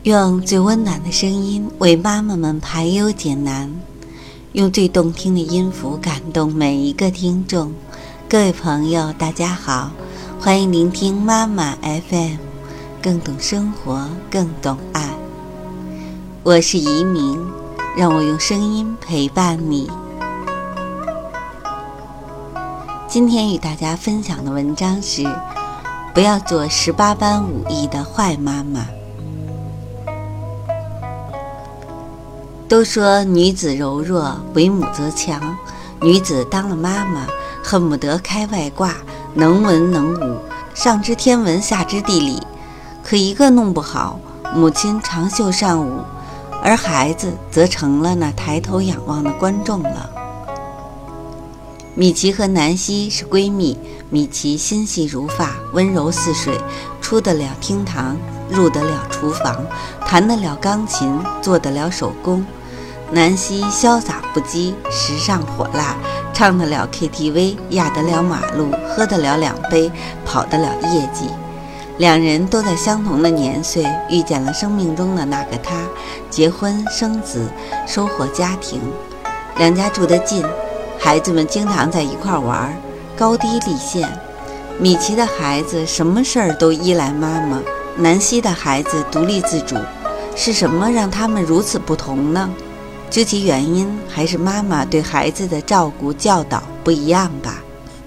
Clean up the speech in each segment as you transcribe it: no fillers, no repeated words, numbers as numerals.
用最温暖的声音为妈妈们排忧解难，用最动听的音符感动每一个听众。各位朋友大家好，欢迎聆听妈妈 FM， 更懂生活，更懂爱。我是怡明，让我用声音陪伴你。今天与大家分享的文章是不要做18般武艺的坏妈妈。都说女子柔弱，为母则强，女子当了妈妈恨不得开外挂，能文能武，上知天文下知地理，可一个弄不好，母亲长袖善舞，而孩子则成了那抬头仰望的观众了。米奇和南希是闺蜜，米奇心细如发，温柔似水，出得了厅堂，入得了厨房，弹得了钢琴，做得了手工。南希潇洒不羁，时尚火辣，唱得了 KTV， 压得了马路，喝得了2杯，跑得了业绩。两人都在相同的年岁遇见了生命中的那个他，结婚生子，收获家庭。两家住得近，孩子们经常在一块玩，高低立现。米奇的孩子什么事儿都依赖妈妈，南希的孩子独立自主。是什么让他们如此不同呢？究其原因，还是妈妈对孩子的照顾教导不一样吧。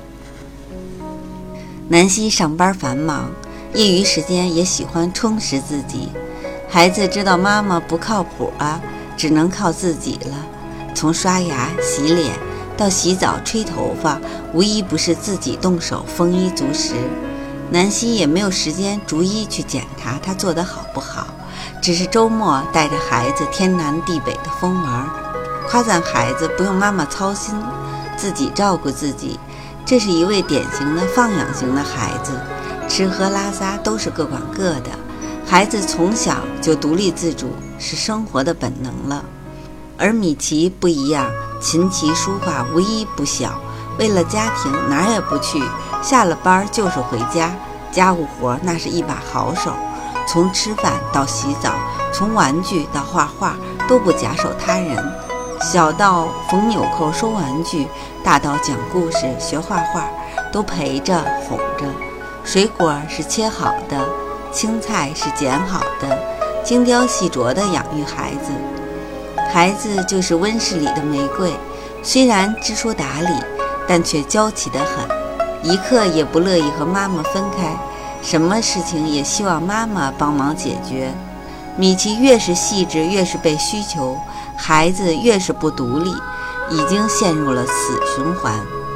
南希上班繁忙，业余时间也喜欢充实自己。孩子知道妈妈不靠谱啊，只能靠自己了。从刷牙洗脸到洗澡吹头发，无一不是自己动手，丰衣足食。南希也没有时间逐一去检查她做得好不好，只是周末带着孩子天南地北的疯玩，夸赞孩子不用妈妈操心，自己照顾自己。这是一位典型的放养型的孩子，吃喝拉撒都是各管各的，孩子从小就独立自主，是生活的本能了。而米奇不一样，琴棋书画无一不晓，为了家庭哪儿也不去，下了班就是回家，家务活那是一把好手，从吃饭到洗澡，从玩具到画画都不假手他人，小到缝纽扣收玩具，大到讲故事学画画，都陪着哄着。水果是切好的，青菜是剪好的，精雕细琢地养育孩子。孩子就是温室里的玫瑰，虽然知书达理，但却娇气得很，一刻也不乐意和妈妈分开，什么事情也希望妈妈帮忙解决。米奇越是细致，越是被需求，孩子越是不独立，已经陷入了死循环。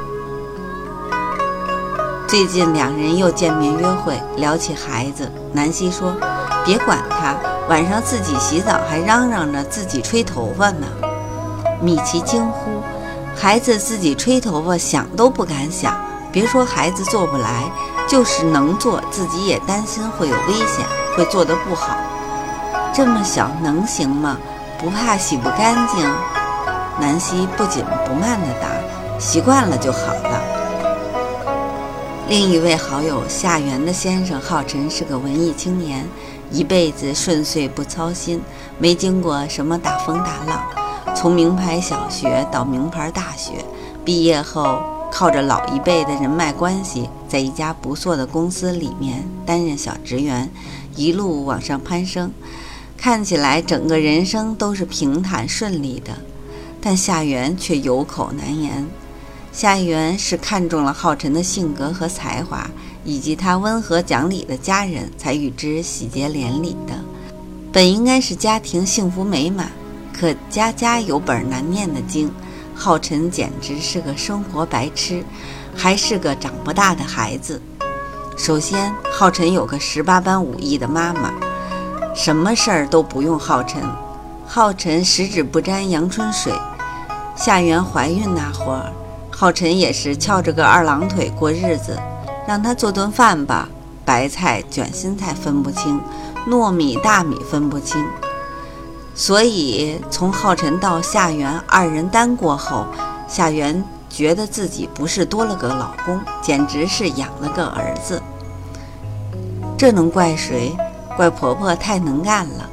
最近两人又见面约会，聊起孩子，南希说别管他，晚上自己洗澡还嚷嚷着自己吹头发呢。米奇惊呼，孩子自己吹头发想都不敢想，别说孩子做不来，就是能做，自己也担心会有危险，会做得不好。这么小能行吗？不怕洗不干净？南希不紧不慢地答，习惯了就好了。另一位好友夏园的先生浩辰是个文艺青年，一辈子顺遂不操心，没经过什么大风大浪，从名牌小学到名牌大学，毕业后靠着老一辈的人脉关系，在一家不错的公司里面担任小职员，一路往上攀升，看起来整个人生都是平坦顺利的。但夏园却有口难言。夏园是看中了浩辰的性格和才华，以及他温和讲理的家人，才与之喜结连理的。本应该是家庭幸福美满，可家家有本难念的经，浩辰简直是个生活白痴，还是个长不大的孩子。首先，浩辰有个18般武艺的妈妈，什么事儿都不用浩辰，浩辰十指不沾阳春水。夏园怀孕那会儿，浩辰也是翘着个二郎腿过日子，让他做顿饭吧，白菜卷心菜分不清，糯米大米分不清。所以从浩辰到夏园二人单过后，夏园觉得自己不是多了个老公，简直是养了个儿子。这能怪谁？怪婆婆太能干了，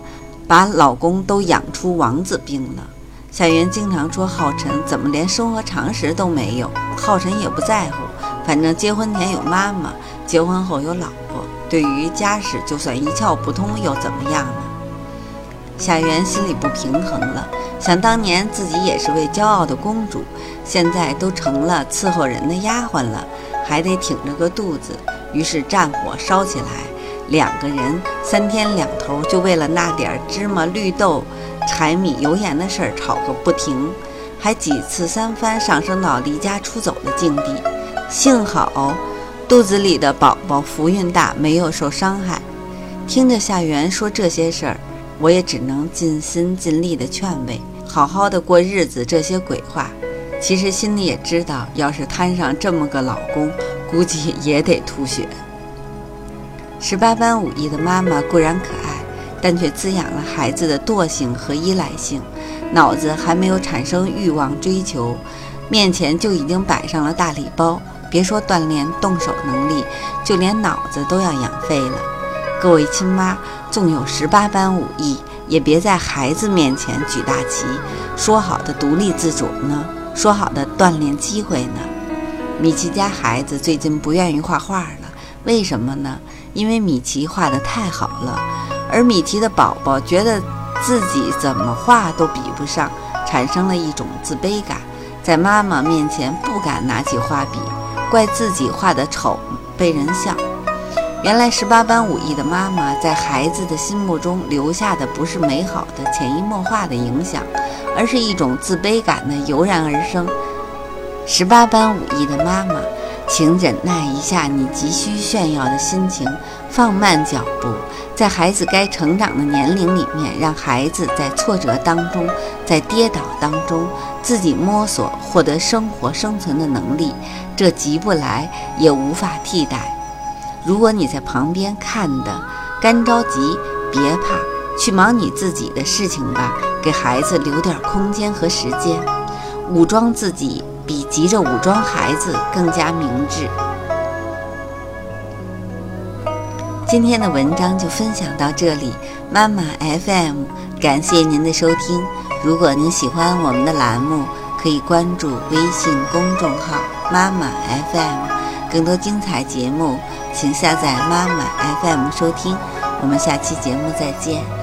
把老公都养出王子病了。夏媛经常说浩辰怎么连生活常识都没有，浩辰也不在乎，反正结婚前有妈妈，结婚后有老婆，对于家事就算一窍不通又怎么样呢？夏媛心里不平衡了，想当年自己也是位骄傲的公主，现在都成了伺候人的丫鬟了，还得挺着个肚子，于是战火烧起来，两个人3天2头就为了那点芝麻绿豆柴米油盐的事儿吵个不停，还几次3番上升到离家出走的境地。幸好肚子里的宝宝福运大，没有受伤害。听着夏媛说这些事儿，我也只能尽心尽力的劝慰，好好的过日子。这些鬼话其实心里也知道，要是摊上这么个老公，估计也得吐血。18般武艺的妈妈固然可爱，但却滋养了孩子的惰性和依赖性，脑子还没有产生欲望追求，面前就已经摆上了大礼包，别说锻炼动手能力，就连脑子都要养废了。各位亲妈，纵有18般武艺，也别在孩子面前举大旗，说好的独立自主呢？说好的锻炼机会呢？米奇家孩子最近不愿意画画了，为什么呢？因为米奇画得太好了，而米奇的宝宝觉得自己怎么画都比不上，产生了一种自卑感，在妈妈面前不敢拿起画笔，怪自己画得丑被人笑。原来18般武艺的妈妈在孩子的心目中留下的不是美好的潜移默化的影响，而是一种自卑感的油然而生。18般武艺的妈妈，请忍耐一下你急需炫耀的心情，放慢脚步，在孩子该成长的年龄里面，让孩子在挫折当中，在跌倒当中，自己摸索获得生活生存的能力，这急不来也无法替代。如果你在旁边看的干着急，别怕，去忙你自己的事情吧，给孩子留点空间和时间。武装自己比急着武装孩子更加明智。今天的文章就分享到这里，妈妈 FM 感谢您的收听。如果您喜欢我们的栏目，可以关注微信公众号妈妈 FM， 更多精彩节目请下载妈妈 FM 收听。我们下期节目再见。